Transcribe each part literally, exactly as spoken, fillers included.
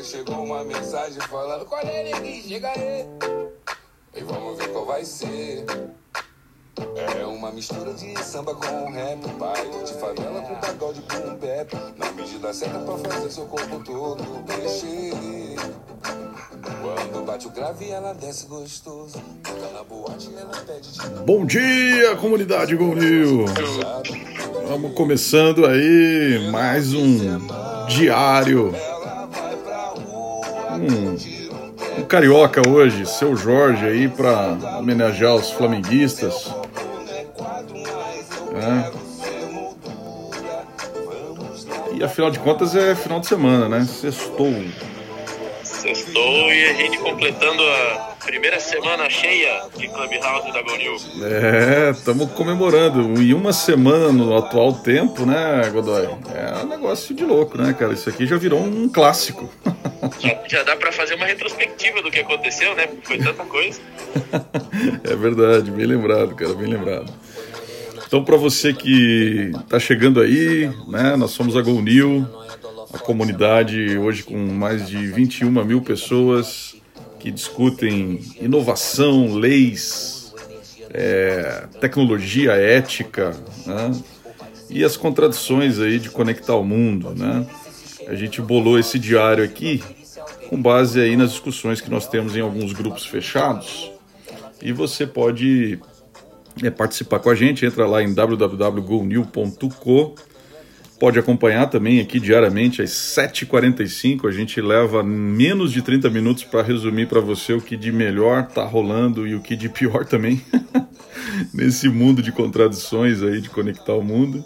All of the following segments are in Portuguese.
chegou uma mensagem falando: qual é, neguinho? Chega aí. E vamos ver qual vai ser. É uma mistura de samba com rap, pai. De favela com pagode com pep. Na medida certa pra fazer seu corpo todo mexer. Quando bate o grave ela desce gostoso. Fica na boate ela pede de novo. Bom dia, comunidade Go New. Vamos começando aí mais um diário. Um, um carioca hoje, seu Jorge aí pra homenagear os flamenguistas. É. E afinal de contas é final de semana, né? Sextou. Sextou e a gente completando a primeira semana cheia de Clubhouse da Go New. É, estamos comemorando. E uma semana no atual tempo, né, Godoy? É um negócio de louco, né, cara? Isso aqui já virou um clássico. Já, já dá pra fazer uma retrospectiva do que aconteceu, né? Porque foi tanta coisa. É verdade, bem lembrado, cara, bem lembrado. Então, para você que está chegando aí, né, nós somos a Go New, a comunidade hoje com mais de vinte e uma mil pessoas que discutem inovação, leis, é, tecnologia, ética, né, e as contradições aí de conectar o mundo, né? A gente bolou esse diário aqui com base aí nas discussões que nós temos em alguns grupos fechados, e você pode É, participar com a gente, entra lá em w w w ponto go new ponto co. Pode acompanhar também aqui diariamente às sete e quarenta e cinco. A gente leva menos de trinta minutos para resumir para você o que de melhor está rolando e o que de pior também nesse mundo de contradições aí, de conectar o mundo.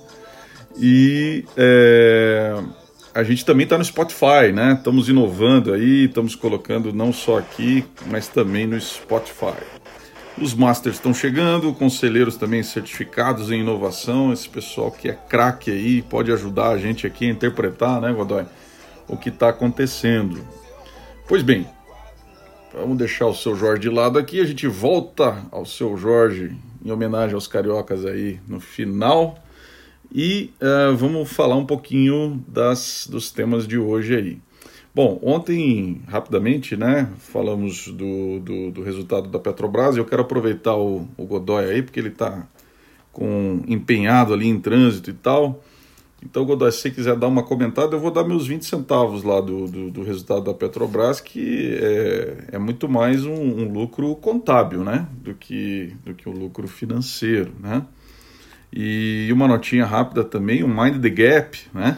E é, a gente também está no Spotify, né? Estamos inovando aí, estamos colocando não só aqui, mas também no Spotify. Os Masters estão chegando, conselheiros também certificados em inovação, esse pessoal que é craque aí, pode ajudar a gente aqui a interpretar, né, Godoy, o que está acontecendo. Pois bem, vamos deixar o seu Jorge de lado aqui, a gente volta ao seu Jorge em homenagem aos cariocas aí no final e uh, vamos falar um pouquinho das, dos temas de hoje aí. Bom, ontem, rapidamente, né, falamos do, do, do resultado da Petrobras. Eu quero aproveitar o, o Godoy aí, porque ele está empenhado ali em trânsito e tal. Então, Godoy, se você quiser dar uma comentada, eu vou dar meus vinte centavos lá do, do, do resultado da Petrobras, que é, é muito mais um, um lucro contábil, né, do que, do que um lucro financeiro, né. E uma notinha rápida também, o Mind the Gap, né.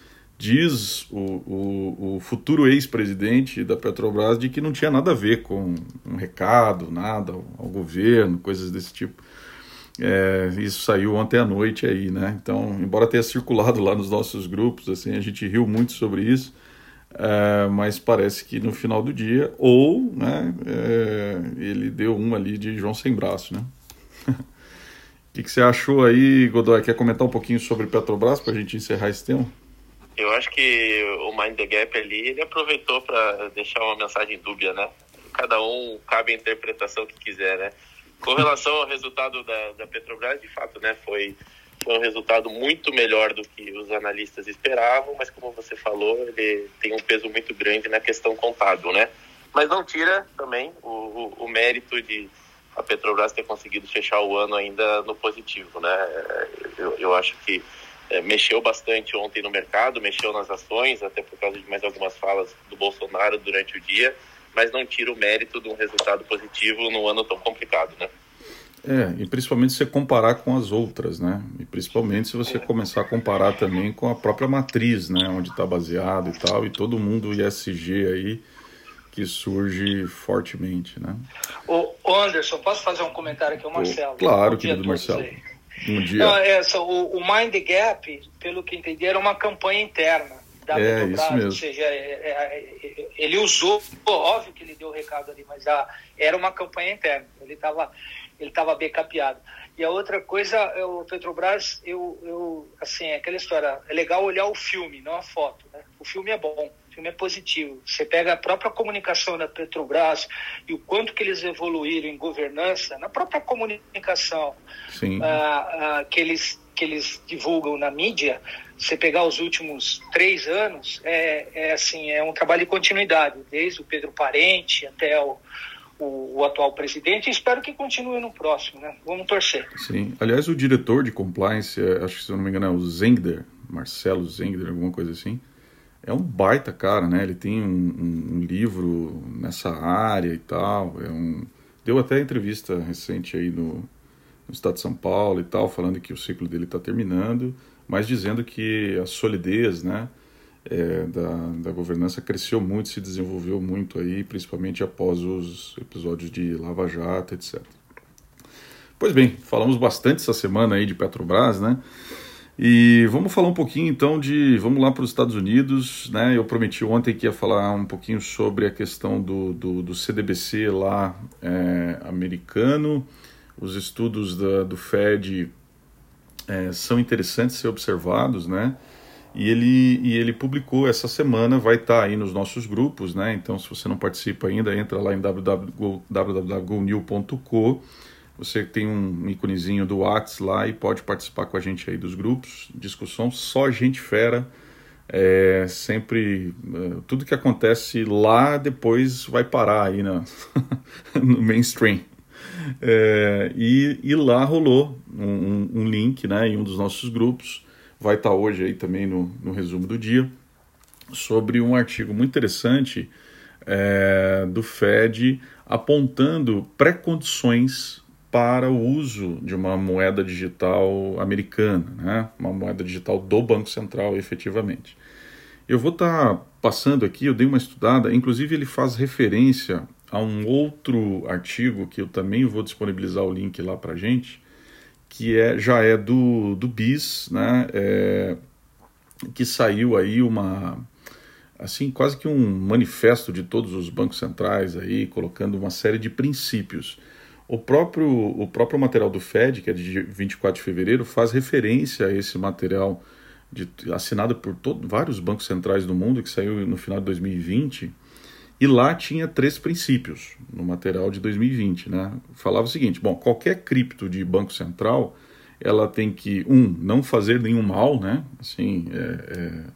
Diz o, o, o futuro ex-presidente da Petrobras de que não tinha nada a ver com um recado, nada ao, ao governo, coisas desse tipo. É, isso saiu ontem à noite aí, né? Então, embora tenha circulado lá nos nossos grupos, assim, a gente riu muito sobre isso, é, mas parece que no final do dia, ou, né, é, ele deu uma ali de João sem braço, né? O que, que você achou aí, Godoy? Quer comentar um pouquinho sobre Petrobras para a gente encerrar esse tema? Eu acho que o Mind the Gap ali, ele aproveitou para deixar uma mensagem dúbia, né? Cada um cabe a interpretação que quiser, né? Com relação ao resultado da, da Petrobras, de fato, né? Foi, foi um resultado muito melhor do que os analistas esperavam, mas como você falou, ele tem um peso muito grande na questão contábil, né? Mas não tira também o, o, o mérito de a Petrobras ter conseguido fechar o ano ainda no positivo, né? Eu, eu acho que É, mexeu bastante ontem no mercado, mexeu nas ações, até por causa de mais algumas falas do Bolsonaro durante o dia, mas não tira o mérito de um resultado positivo num ano tão complicado, né? É, e principalmente se você comparar com as outras, né? E principalmente se você começar a comparar também com a própria matriz, né? Onde está baseado e tal, e todo mundo I S G aí que surge fortemente, né? Ô Anderson, posso fazer um comentário aqui, o Marcelo? Claro, querido Marcelo. Um dia. Não, é, só, o, o Mind the Gap, pelo que entendi, era uma campanha interna da é, Petrobras, isso mesmo. Ou seja, é, é, ele usou, óbvio que ele deu o recado ali, mas a, era uma campanha interna, ele estava ele tava backupeado. E a outra coisa, o Petrobras, eu, eu, assim, é aquela história, é legal olhar o filme, não a foto, né? O filme é bom, o filme é positivo. Você pega a própria comunicação da Petrobras e o quanto que eles evoluíram em governança, na própria comunicação Sim. Uh, uh, que, eles, que eles divulgam na mídia, você pegar os últimos três anos, é, é, assim, é um trabalho de continuidade, desde o Pedro Parente até o, o, o atual presidente, e espero que continue no próximo, né? Vamos torcer. Sim, aliás, o diretor de compliance, acho que se eu não me engano é o Zengder, Marcelo Zengder, alguma coisa assim, é um baita cara, né? Ele tem um, um, um livro nessa área e tal, é um... deu até entrevista recente aí no, no Estado de São Paulo e tal, falando que o ciclo dele está terminando, mas dizendo que a solidez, né, é, da, da governança cresceu muito, se desenvolveu muito aí, principalmente após os episódios de Lava Jato, etcétera. Pois bem, falamos bastante essa semana aí de Petrobras, né? E vamos falar um pouquinho então de, vamos lá para os Estados Unidos, né? Eu prometi ontem que ia falar um pouquinho sobre a questão do, do, do C D B C lá é, americano. Os estudos da, do Fed é, são interessantes de ser observados, né? E ele, e ele publicou essa semana, vai estar aí nos nossos grupos, né? Então, se você não participa ainda, entra lá em w w w ponto go new ponto co. Você tem um íconezinho do WhatsApp lá e pode participar com a gente aí dos grupos. Discussão só gente fera. É, sempre, é, tudo que acontece lá depois vai parar aí na, no mainstream. É, e, e lá rolou um, um link, né, em um dos nossos grupos. Vai estar hoje aí também no, no resumo do dia. Sobre um artigo muito interessante é, do Fed apontando pré-condições para o uso de uma moeda digital americana, né? Uma moeda digital do Banco Central, efetivamente. Eu vou estar tá passando aqui, eu dei uma estudada, inclusive ele faz referência a um outro artigo que eu também vou disponibilizar o link lá para a gente, que é, já é do, do B I S, né? É, que saiu aí uma, assim, quase que um manifesto de todos os bancos centrais aí, colocando uma série de princípios. O próprio, o próprio material do Fed, que é de vinte e quatro de fevereiro, faz referência a esse material de, assinado por todo, vários bancos centrais do mundo, que saiu no final de dois mil e vinte, e lá tinha três princípios no material de dois mil e vinte, né? Falava o seguinte, bom, qualquer cripto de banco central, ela tem que, um, não fazer nenhum mal, né? Assim, é, é,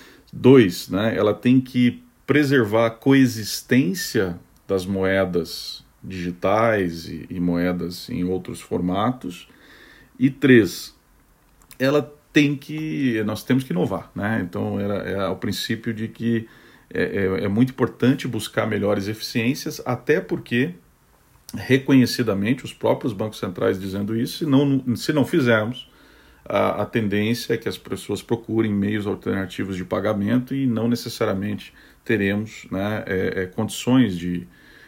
dois, né? Ela tem que preservar a coexistência das moedas digitais e, e moedas em outros formatos. E três, ela tem que, nós temos que inovar, né? Então era, era o princípio de que é, é, é muito importante buscar melhores eficiências, até porque reconhecidamente os próprios bancos centrais dizendo isso, se não, se não fizermos, a, a tendência é que as pessoas procurem meios alternativos de pagamento e não necessariamente teremos, né, é, é, condições de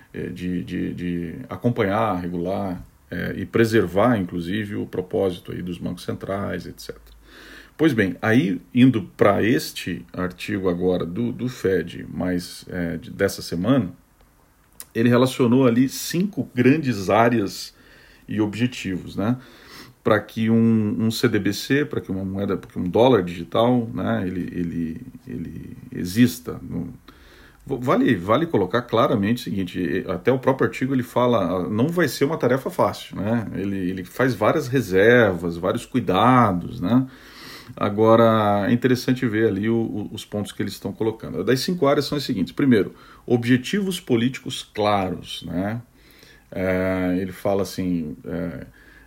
De, de, de acompanhar, regular é, e preservar, inclusive, o propósito aí dos bancos centrais, etcétera. Pois bem, aí indo para este artigo agora do, do Fed, mais é, de, dessa semana, ele relacionou ali cinco grandes áreas e objetivos, né? Para que um, um C D B C, para que uma moeda, para que um dólar digital, né, ele, ele, ele exista. No, Vale, vale colocar claramente o seguinte, até o próprio artigo ele fala, não vai ser uma tarefa fácil, né? Ele, ele faz várias reservas, vários cuidados, né? Agora, é interessante ver ali o, o, os pontos que eles estão colocando. Das cinco áreas são as seguintes. Primeiro, objetivos políticos claros, né? É, ele fala assim, é,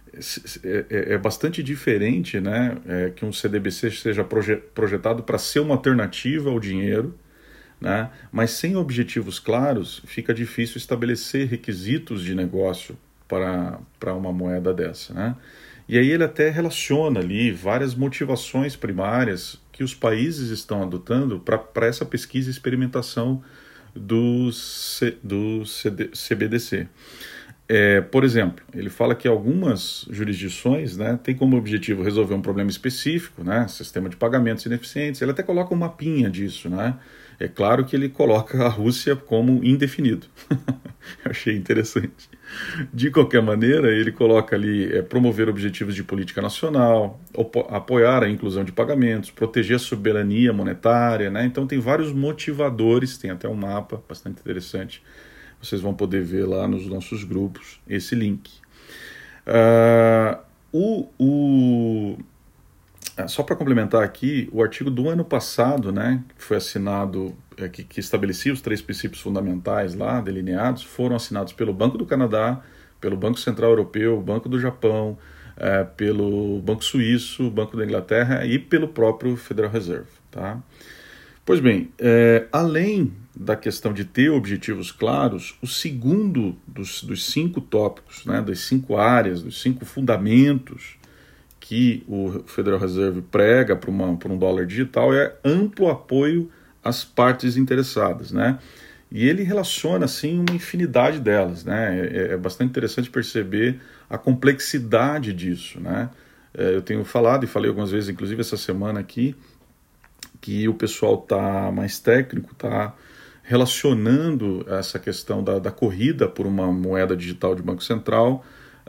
é, é bastante diferente, né, é, que um C D B C seja proje- projetado para ser uma alternativa ao dinheiro, né? Mas sem objetivos claros, fica difícil estabelecer requisitos de negócio para, para uma moeda dessa, né? E aí ele até relaciona ali várias motivações primárias que os países estão adotando para essa pesquisa e experimentação do, C, do C D, C B D C. É, por exemplo, ele fala que algumas jurisdições, né, têm como objetivo resolver um problema específico, né, sistema de pagamentos ineficientes. Ele até coloca um mapinha disso, né? É claro que ele coloca a Rússia como indefinido. Achei interessante. De qualquer maneira, ele coloca ali é, promover objetivos de política nacional, opo- apoiar a inclusão de pagamentos, proteger a soberania monetária, né? Então tem vários motivadores, tem até um mapa bastante interessante. Vocês vão poder ver lá nos nossos grupos esse link. Uh, o, o, só para complementar aqui, o artigo do ano passado, né, que foi assinado, é, que, que estabelecia os três princípios fundamentais lá, delineados, foram assinados pelo Banco do Canadá, pelo Banco Central Europeu, Banco do Japão, é, pelo Banco Suíço, Banco da Inglaterra e pelo próprio Federal Reserve. Tá? Pois bem, é, além da questão de ter objetivos claros, o segundo dos, dos cinco tópicos, né, das cinco áreas, dos cinco fundamentos que o Federal Reserve prega para um dólar digital é amplo apoio às partes interessadas, né? E ele relaciona, assim, uma infinidade delas, né? É, é bastante interessante perceber a complexidade disso, né? É, eu tenho falado e falei algumas vezes, inclusive essa semana aqui, que o pessoal tá mais técnico, está relacionando essa questão da, da corrida por uma moeda digital de Banco Central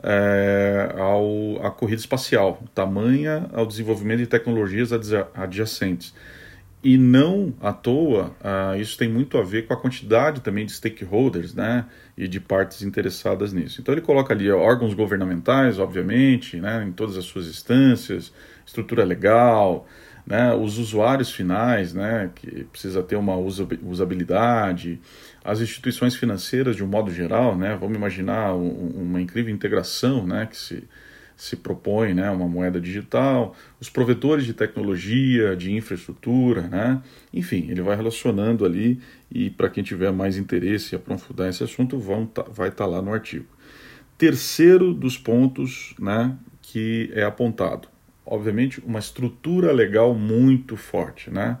É, ao, à corrida espacial, tamanha ao desenvolvimento de tecnologias adjacentes. E não à toa, uh, isso tem muito a ver com a quantidade também de stakeholders, né, e de partes interessadas nisso. Então ele coloca ali órgãos governamentais, obviamente, né, em todas as suas instâncias, estrutura legal, né, os usuários finais, né, que precisa ter uma usabilidade, as instituições financeiras de um modo geral, né, vamos imaginar um, uma incrível integração, né, que se, se propõe, né, uma moeda digital, os provedores de tecnologia, de infraestrutura, né, enfim, ele vai relacionando ali e para quem tiver mais interesse em aprofundar esse assunto vão tá, vai estar tá lá no artigo. Terceiro dos pontos, né, que é apontado, obviamente, uma estrutura legal muito forte, né?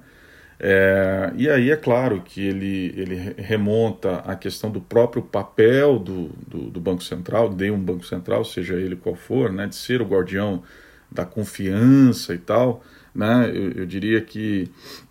É, e aí é claro que ele, ele remonta à questão do próprio papel do, do, do Banco Central, de um Banco Central, seja ele qual for, né? De ser o guardião da confiança e tal, né? Eu, eu diria que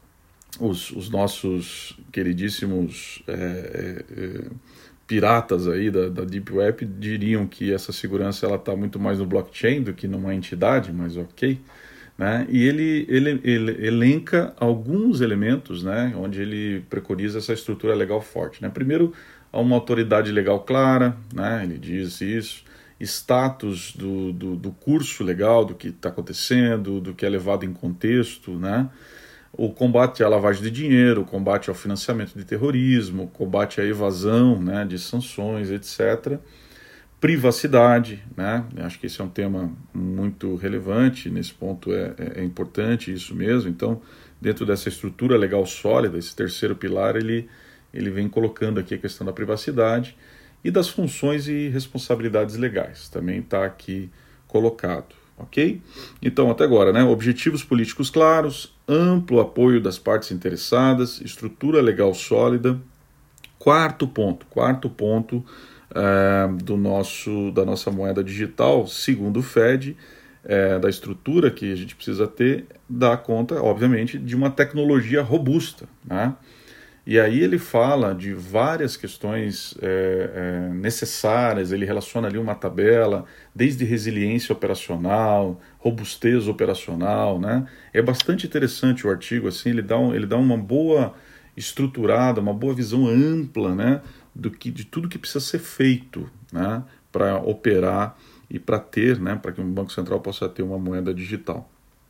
os, os nossos queridíssimos é, é, piratas aí da, da Deep Web diriam que essa segurança ela está muito mais no blockchain do que numa entidade, mas ok, né? E ele, ele, ele elenca alguns elementos, né, onde ele preconiza essa estrutura legal forte, né? Primeiro, há uma autoridade legal clara, né, ele diz isso, status do, do, do curso legal, do que está acontecendo, do que é levado em contexto, né? O combate à lavagem de dinheiro, o combate ao financiamento de terrorismo, o combate à evasão, né, de sanções, etcétera. Privacidade, né? Acho que esse é um tema muito relevante, nesse ponto é, é, é importante isso mesmo. Então, dentro dessa estrutura legal sólida, esse terceiro pilar, ele, ele vem colocando aqui a questão da privacidade e das funções e responsabilidades legais, também está aqui colocado. Ok? Então, até agora, né? Objetivos políticos claros, amplo apoio das partes interessadas, estrutura legal sólida. Quarto ponto, quarto ponto é, do nosso, da nossa moeda digital, segundo o Fed, é, da estrutura que a gente precisa ter, dá conta, obviamente, de uma tecnologia robusta, né? E aí ele fala de várias questões é, é, necessárias, ele relaciona ali uma tabela, desde resiliência operacional, robustez operacional, né? É bastante interessante o artigo, assim, ele dá, um, ele dá uma boa estruturada, uma boa visão ampla, né, do que, de tudo que precisa ser feito, né, para operar e para ter, né, para que um Banco Central possa ter uma moeda digital.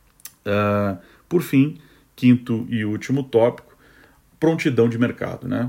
Uh, por fim, quinto e último tópico, prontidão de mercado, né?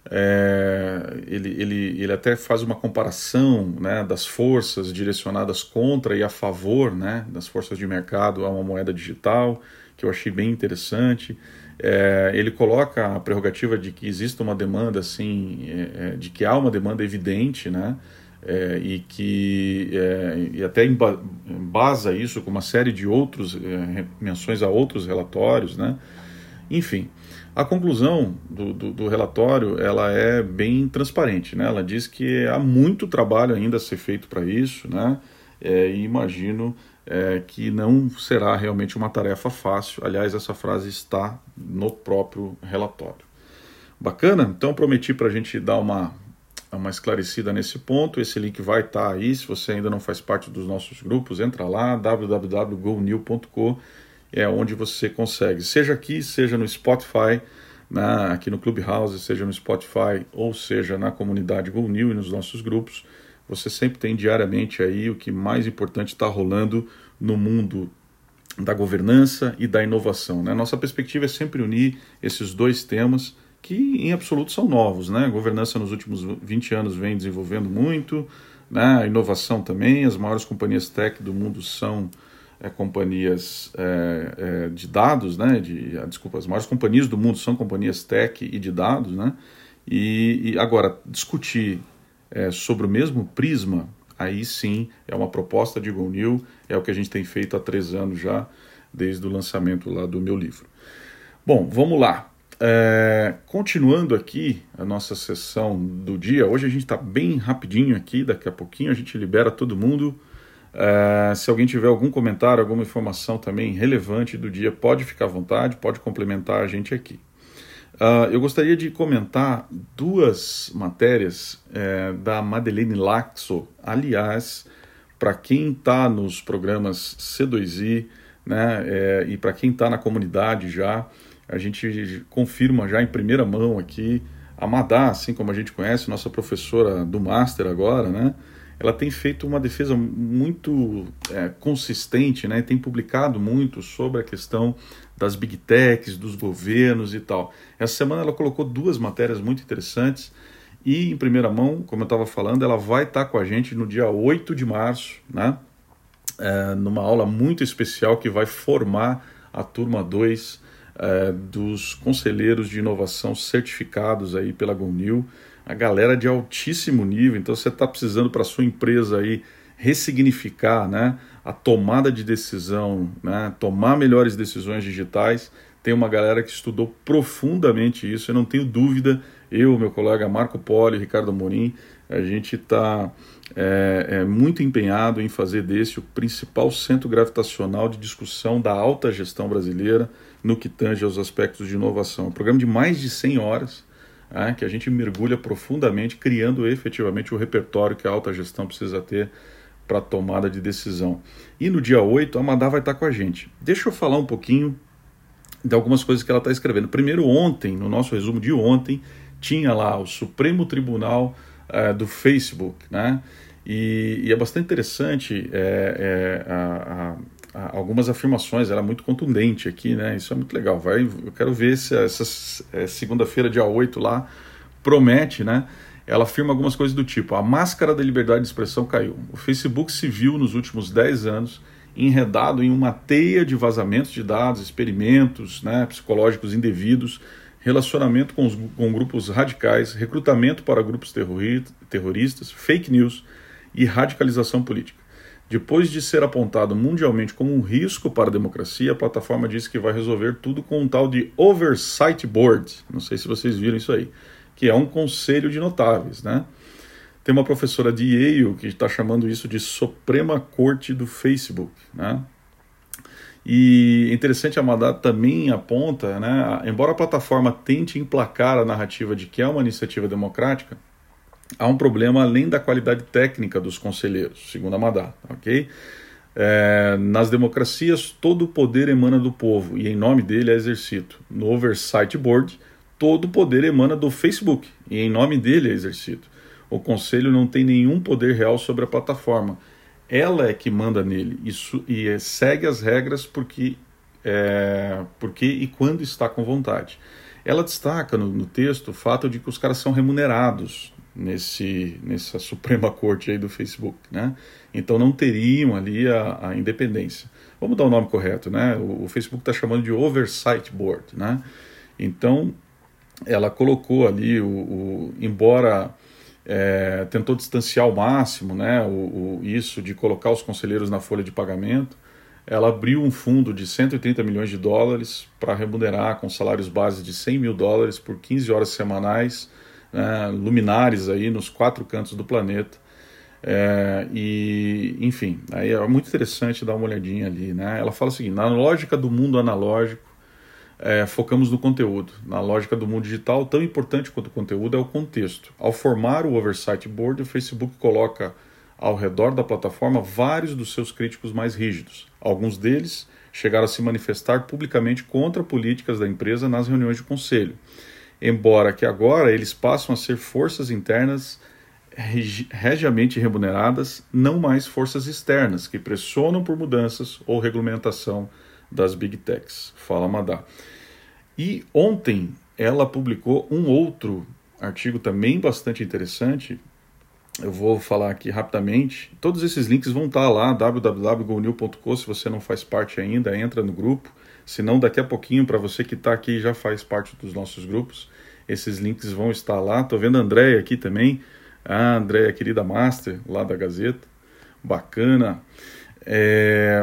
É, ele, ele, ele até faz uma comparação, né, das forças direcionadas contra e a favor, né, das forças de mercado a uma moeda digital, que eu achei bem interessante. É, ele coloca a prerrogativa de que existe uma demanda, assim, é, de que há uma demanda evidente, né, é, e que é, e até embasa isso com uma série de outros é, menções a outros relatórios, né. Enfim, a conclusão do, do, do relatório ela é bem transparente, né? Ela diz que há muito trabalho ainda a ser feito para isso, né? É, e imagino é, que não será realmente uma tarefa fácil. Aliás, essa frase está no próprio relatório. Bacana? Então prometi para a gente dar uma, uma esclarecida nesse ponto. Esse link vai estar aí. Se você ainda não faz parte dos nossos grupos, entra lá, w w w ponto go new ponto com. É onde você consegue, seja aqui, seja no Spotify, né, aqui no Clubhouse, seja no Spotify, ou seja na comunidade GoNew e nos nossos grupos, você sempre tem diariamente aí o que mais importante está rolando no mundo da governança e da inovação, né? Nossa perspectiva é sempre unir esses dois temas que em absoluto são novos, né? A governança nos últimos vinte anos vem desenvolvendo muito, né? A inovação também, as maiores companhias tech do mundo são é, companhias é, é, de dados, né? De, ah, desculpa, as maiores companhias do mundo são companhias tech e de dados, né? E, e agora, discutir é, sobre o mesmo prisma, aí sim é uma proposta de GoNew, é o que a gente tem feito há três anos já, desde o lançamento lá do meu livro. Bom, vamos lá. É, continuando aqui a nossa sessão do dia, hoje a gente está bem rapidinho aqui, daqui a pouquinho a gente libera todo mundo. É, se alguém tiver algum comentário, alguma informação também relevante do dia, pode ficar à vontade, pode complementar a gente aqui. Uh, eu gostaria de comentar duas matérias é, da Madeleine Laxo. Aliás, para quem está nos programas C dois I, né, é, e para quem está na comunidade já, a gente confirma já em primeira mão aqui, a Madá, assim como a gente conhece, nossa professora do Master agora, né, ela tem feito uma defesa muito é, consistente, né, tem publicado muito sobre a questão das big techs, dos governos e tal. Essa semana ela colocou duas matérias muito interessantes e, em primeira mão, como eu estava falando, ela vai estar com a gente no dia oito de março, né? É, numa aula muito especial que vai formar a turma dois é, dos conselheiros de inovação certificados aí pela GoNew, a galera de altíssimo nível. Então você está precisando para a sua empresa aí ressignificar, né, a tomada de decisão, né, tomar melhores decisões digitais. Tem uma galera que estudou profundamente isso, eu não tenho dúvida, eu, meu colega Marco Poli, Ricardo Amorim, a gente está é, é, muito empenhado em fazer desse o principal centro gravitacional de discussão da alta gestão brasileira no que tange aos aspectos de inovação. Um programa de mais de cem horas, é, que a gente mergulha profundamente, criando efetivamente o repertório que a alta gestão precisa ter para a tomada de decisão. E no dia oito, a Madá vai estar com a gente. Deixa eu falar um pouquinho de algumas coisas que ela está escrevendo. Primeiro, ontem, no nosso resumo de ontem, tinha lá o Supremo Tribunal uh, do Facebook, né? E, e é bastante interessante é, é, a, a, a, algumas afirmações, ela é muito contundente aqui, né? Isso é muito legal. Vai, eu quero ver se essa é, segunda-feira, dia oito, lá, promete, né? Ela afirma algumas coisas do tipo: a máscara da liberdade de expressão caiu. O Facebook se viu nos últimos dez anos enredado em uma teia de vazamentos de dados, experimentos, né, psicológicos indevidos, relacionamento com, os, com grupos radicais, recrutamento para grupos terrori terroristas, fake news e radicalização política. Depois de ser apontado mundialmente como um risco para a democracia, a plataforma disse que vai resolver tudo com um tal de Oversight Board. Não sei se vocês viram isso aí, que é um conselho de notáveis, né? Tem uma professora de Yale que está chamando isso de Suprema Corte do Facebook, né? E é interessante, a Madá também aponta, né, embora a plataforma tente emplacar a narrativa de que é uma iniciativa democrática, há um problema além da qualidade técnica dos conselheiros, segundo a Madá, ok? É, nas democracias, todo o poder emana do povo e em nome dele é exercido. No Oversight Board, todo o poder emana do Facebook e em nome dele é exercido. O conselho não tem nenhum poder real sobre a plataforma. Ela é que manda nele isso, e é, segue as regras porque, é, porque e quando está com vontade. Ela destaca no, no texto o fato de que os caras são remunerados nesse, nessa Suprema Corte aí do Facebook, né? Então não teriam ali a, a independência. Vamos dar o nome correto, né? O, o Facebook está chamando de Oversight Board, né? Então ela colocou ali, o, o, embora é, tentou distanciar ao máximo, né, o, o, isso de colocar os conselheiros na folha de pagamento, ela abriu um fundo de cento e oitenta milhões de dólares para remunerar com salários base de cem mil dólares por quinze horas semanais, né, luminares aí nos quatro cantos do planeta. É, e, enfim, aí é muito interessante dar uma olhadinha ali, né? Ela fala o seguinte: na lógica do mundo analógico, É, focamos no conteúdo. Na lógica do mundo digital, tão importante quanto o conteúdo é o contexto. Ao formar o Oversight Board, o Facebook coloca ao redor da plataforma vários dos seus críticos mais rígidos. Alguns deles chegaram a se manifestar publicamente contra políticas da empresa nas reuniões de conselho. Embora que agora eles passam a ser forças internas regiamente remuneradas, não mais forças externas que pressionam por mudanças ou regulamentação das Big Techs. Fala, Madá. E ontem ela publicou um outro artigo também bastante interessante. Eu vou falar aqui rapidamente. Todos esses links vão estar lá, w w w ponto go new ponto com. Se você não faz parte ainda, entra no grupo. Se não, daqui a pouquinho, para você que está aqui e já faz parte dos nossos grupos, esses links vão estar lá. Estou vendo a Andréia aqui também. A Andréia, querida Master, lá da Gazeta. Bacana. É...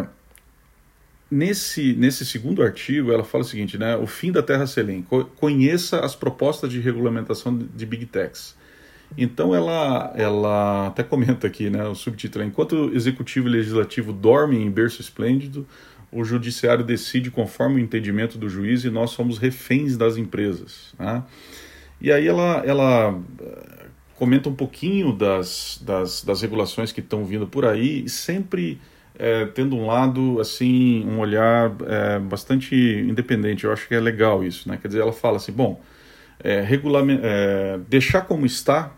Nesse, nesse segundo artigo, ela fala o seguinte, né? O fim da Terra Selem. Conheça as propostas de regulamentação de Big Techs. Então, ela, ela até comenta aqui, né? O subtítulo é: enquanto o Executivo e o Legislativo dormem em berço esplêndido, o Judiciário decide conforme o entendimento do juiz e nós somos reféns das empresas. Né? E aí ela, ela comenta um pouquinho das, das, das regulações que estão vindo por aí, e sempre... É, tendo um lado, assim, um olhar é, bastante independente. Eu acho que é legal isso, né? Quer dizer, ela fala assim, bom, é, regulament... é, deixar como está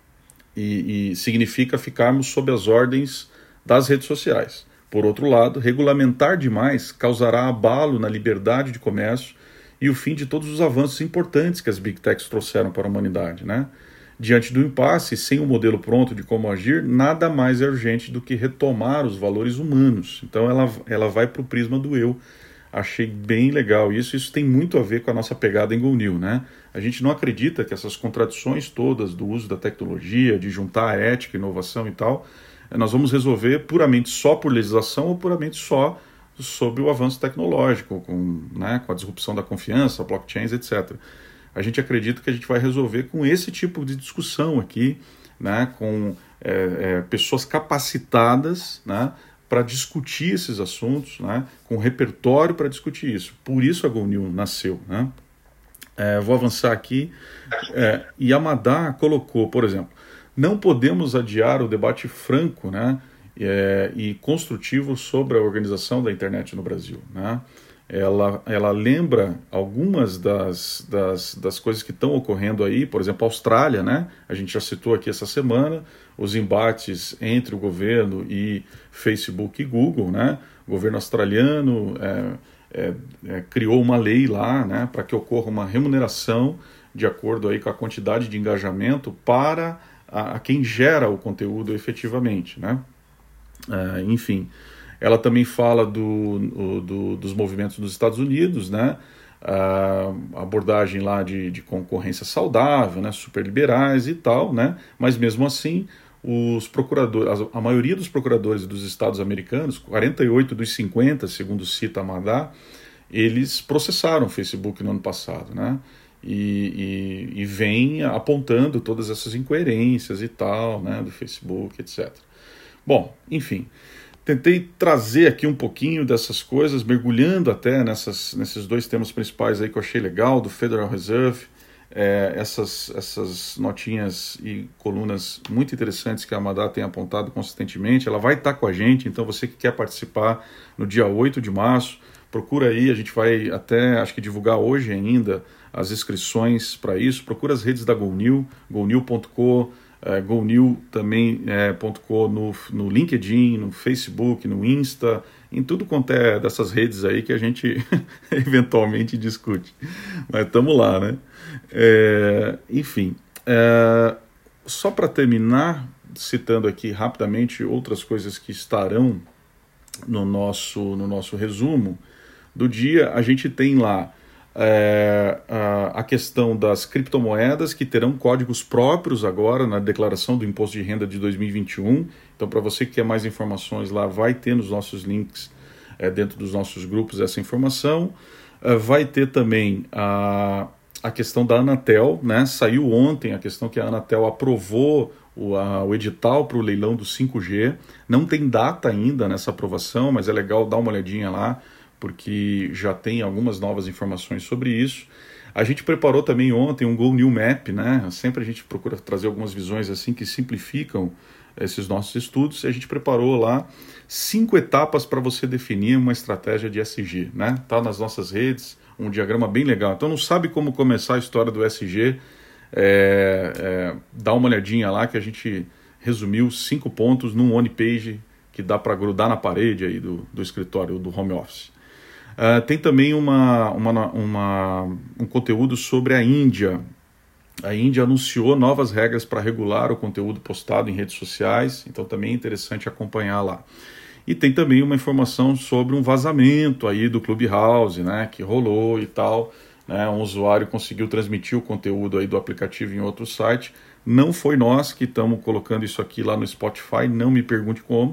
e, e significa ficarmos sob as ordens das redes sociais. Por outro lado, regulamentar demais causará abalo na liberdade de comércio e o fim de todos os avanços importantes que as Big Techs trouxeram para a humanidade, né? Diante do impasse, sem um modelo pronto de como agir, nada mais é urgente do que retomar os valores humanos. Então ela, ela vai para o prisma do eu. Achei bem legal isso. Isso tem muito a ver com a nossa pegada em Go New, né? A gente não acredita que essas contradições todas do uso da tecnologia, de juntar a ética, inovação e tal, nós vamos resolver puramente só por legislação ou puramente só sobre o avanço tecnológico, com, né, com a disrupção da confiança, blockchains, etcétera. A gente acredita que a gente vai resolver com esse tipo de discussão aqui, né, com é, é, pessoas capacitadas, né, para discutir esses assuntos, né, com repertório para discutir isso. Por isso a Go New nasceu. Né? É, vou avançar aqui. É, e a Madá colocou, por exemplo, não podemos adiar o debate franco, né, é, e construtivo sobre a organização da internet no Brasil. Né? Ela, ela lembra algumas das, das, das coisas que estão ocorrendo aí, por exemplo, a Austrália, né? A gente já citou aqui essa semana, os embates entre o governo e Facebook e Google, né? O governo australiano é, é, é, criou uma lei lá, né, para que ocorra uma remuneração de acordo aí com a quantidade de engajamento para a, a quem gera o conteúdo efetivamente, né? É, enfim... Ela também fala do, do, dos movimentos nos Estados Unidos, né? A abordagem lá de, de concorrência saudável, né? Super liberais e tal, né? Mas mesmo assim, os procuradores, a maioria dos procuradores dos estados americanos, quarenta e oito dos cinquenta, segundo cita a Madá, eles processaram o Facebook no ano passado, né? E, e, e vem apontando todas essas incoerências e tal, né? Do Facebook, etcétera. Bom, enfim... Tentei trazer aqui um pouquinho dessas coisas, mergulhando até nessas, nesses dois temas principais aí que eu achei legal, do Federal Reserve, é, essas, essas notinhas e colunas muito interessantes que a Madá tem apontado consistentemente. Ela vai estar com a gente, então você que quer participar no dia oito de março, procura aí, a gente vai até, acho que divulgar hoje ainda as inscrições para isso. Procura as redes da Go New, go new ponto com, É, Go New também é, ponto com no, no LinkedIn, no Facebook, no Insta, em tudo quanto é dessas redes aí que a gente eventualmente discute. Mas estamos lá, né? É, enfim, é, só para terminar, citando aqui rapidamente outras coisas que estarão no nosso, no nosso resumo do dia, a gente tem lá É, a, a questão das criptomoedas, que terão códigos próprios agora na declaração do Imposto de Renda de dois mil e vinte e um. Então, para você que quer mais informações lá, vai ter nos nossos links, é, dentro dos nossos grupos, essa informação. É, vai ter também a, a questão da Anatel, né? Saiu ontem a questão que a Anatel aprovou o, a, o edital para o leilão do cinco G. Não tem data ainda nessa aprovação, mas é legal dar uma olhadinha lá, porque já tem algumas novas informações sobre isso. A gente preparou também ontem um Go New Map, né? Sempre a gente procura trazer algumas visões assim que simplificam esses nossos estudos. A gente preparou lá cinco etapas para você definir uma estratégia de E S G, né? Tá nas nossas redes, um diagrama bem legal. Então não sabe como começar a história do E S G, é, é, dá uma olhadinha lá que a gente resumiu cinco pontos num one page que dá para grudar na parede aí do, do escritório, do home office. Uh, tem também uma, uma, uma, um conteúdo sobre a Índia. A Índia anunciou novas regras para regular o conteúdo postado em redes sociais, então também é interessante acompanhar lá. E tem também uma informação sobre um vazamento aí do Clubhouse, né, que rolou e tal, né, um usuário conseguiu transmitir o conteúdo aí do aplicativo em outro site. Não foi nós que estamos colocando isso aqui lá no Spotify, não me pergunte como,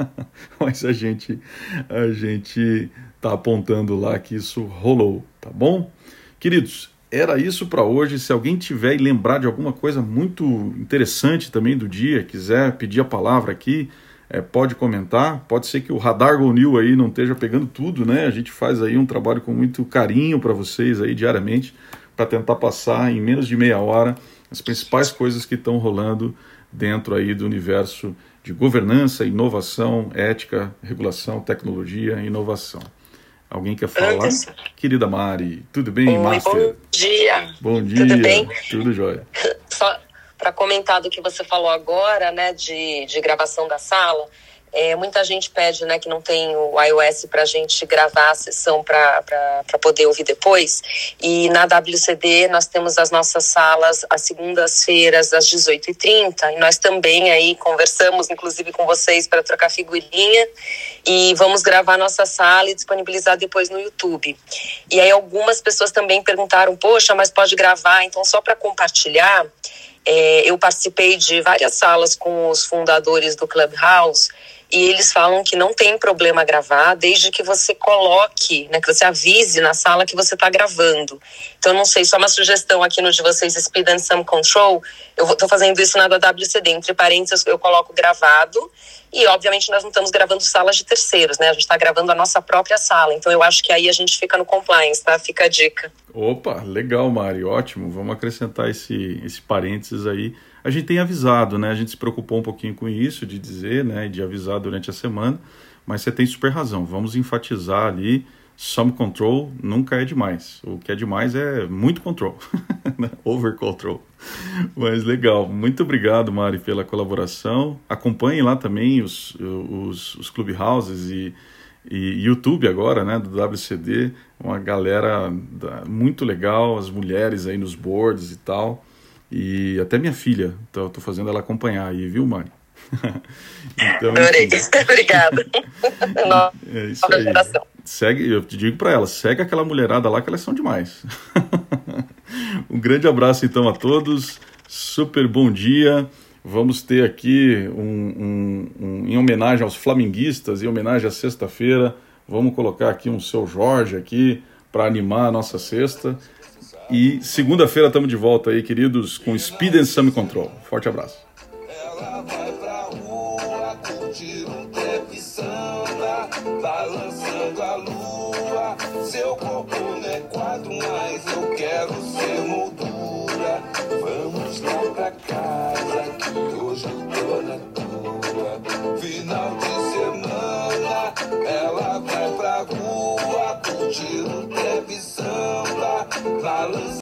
mas a gente a gente está apontando lá que isso rolou, tá bom? Queridos, era isso para hoje. Se alguém tiver e lembrar de alguma coisa muito interessante também do dia, quiser pedir a palavra aqui, é, pode comentar. Pode ser que o Radar Go New aí não esteja pegando tudo, né? A gente faz aí um trabalho com muito carinho para vocês aí diariamente, para tentar passar em menos de meia hora as principais coisas que estão rolando dentro aí do universo de governança, inovação, ética, regulação, tecnologia e inovação. Alguém quer falar? Anderson. Querida Mari, tudo bem, Oi, Master? bom dia. Bom dia. Tudo bem? Tudo jóia. Só para comentar do que você falou agora, né, de, de gravação da sala, é, muita gente pede, né, que não tem o iOS para a gente gravar a sessão para poder ouvir depois. E na W C D nós temos as nossas salas às segundas-feiras às dezoito e trinta. E nós também aí conversamos, inclusive com vocês, para trocar figurinha. E vamos gravar nossa sala e disponibilizar depois no YouTube. E aí algumas pessoas também perguntaram, poxa, mas pode gravar? Então, só para compartilhar, é, eu participei de várias salas com os fundadores do Clubhouse. E eles falam que não tem problema gravar, desde que você coloque, né, que você avise na sala que você está gravando. Então, não sei, só uma sugestão aqui no de vocês, Speed and Some Control, eu estou fazendo isso na da W C D, entre parênteses eu coloco gravado, e obviamente nós não estamos gravando salas de terceiros, né, a gente está gravando a nossa própria sala, então eu acho que aí a gente fica no compliance, tá? Fica a dica. Opa, legal, Mari, ótimo, vamos acrescentar esse, esse parênteses aí. A gente tem avisado, né? A gente se preocupou um pouquinho com isso, de dizer, né? De avisar durante a semana, mas você tem super razão. Vamos enfatizar ali, some control nunca é demais. O que é demais é muito control, over control. Mas legal, muito obrigado, Mari, pela colaboração. Acompanhem lá também os, os, os Clubhouses e, e YouTube agora, né? Do W C D, uma galera muito legal, as mulheres aí nos boards e tal. E até minha filha, então eu tô fazendo ela acompanhar aí, viu, Mari? Então, adorei, obrigada. É isso aí. Segue, eu te digo para ela, segue aquela mulherada lá que elas são demais. Um grande abraço então a todos, super bom dia. Vamos ter aqui um, um, um, em homenagem aos flamenguistas, em homenagem à sexta-feira, vamos colocar aqui um Seu Jorge aqui para animar a nossa sexta. E segunda-feira estamos de volta aí, queridos, com Speed and Some Control. Forte abraço. Ela vai pra rua, curtir um trap samba, balançando a lua. Seu corpo não é quadro, mas eu quero ser moldura. Vamos lá pra casa, que hoje eu tô na tua. Final de semana, ela vai pra rua, curtir um trap samba, balançando